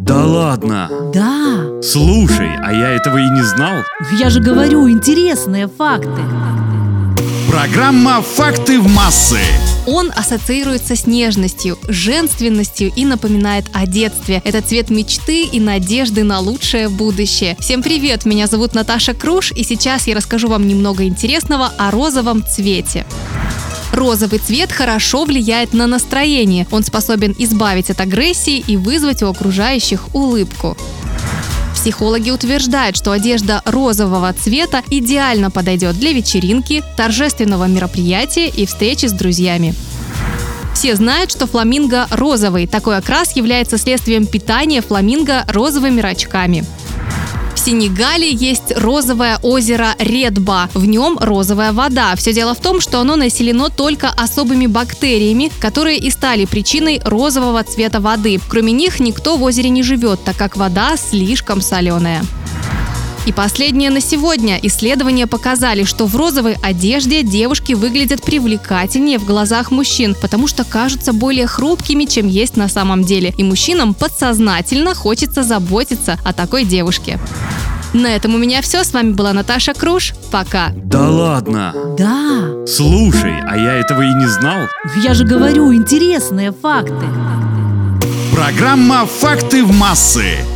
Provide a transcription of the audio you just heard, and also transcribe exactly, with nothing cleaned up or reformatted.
Да ладно? Да. Слушай, а я этого и не знал. Я же говорю, интересные факты. Программа «Факты в массы». Он ассоциируется с нежностью, женственностью и напоминает о детстве. Это цвет мечты и надежды на лучшее будущее. Всем привет, меня зовут Наташа Круш, и сейчас я расскажу вам немного интересного о розовом цвете. Розовый цвет хорошо влияет на настроение. Он способен избавить от агрессии и вызвать у окружающих улыбку. Психологи утверждают, что одежда розового цвета идеально подойдет для вечеринки, торжественного мероприятия и встречи с друзьями. Все знают, что фламинго розовый. Такой окрас является следствием питания фламинго розовыми рачками. В Сенегале есть розовое озеро Редба. В нем розовая вода. Все дело в том, что оно населено только особыми бактериями, которые и стали причиной розового цвета воды. Кроме них никто в озере не живет, так как вода слишком соленая. И последнее на сегодня. Исследования показали, что в розовой одежде девушки выглядят привлекательнее в глазах мужчин, потому что кажутся более хрупкими, чем есть на самом деле. И мужчинам подсознательно хочется заботиться о такой девушке. На этом у меня все. С вами была Наташа Круш. Пока. Да ладно? Да. Слушай, а я этого и не знал. Я же говорю, интересные факты. Программа «Факты в массы».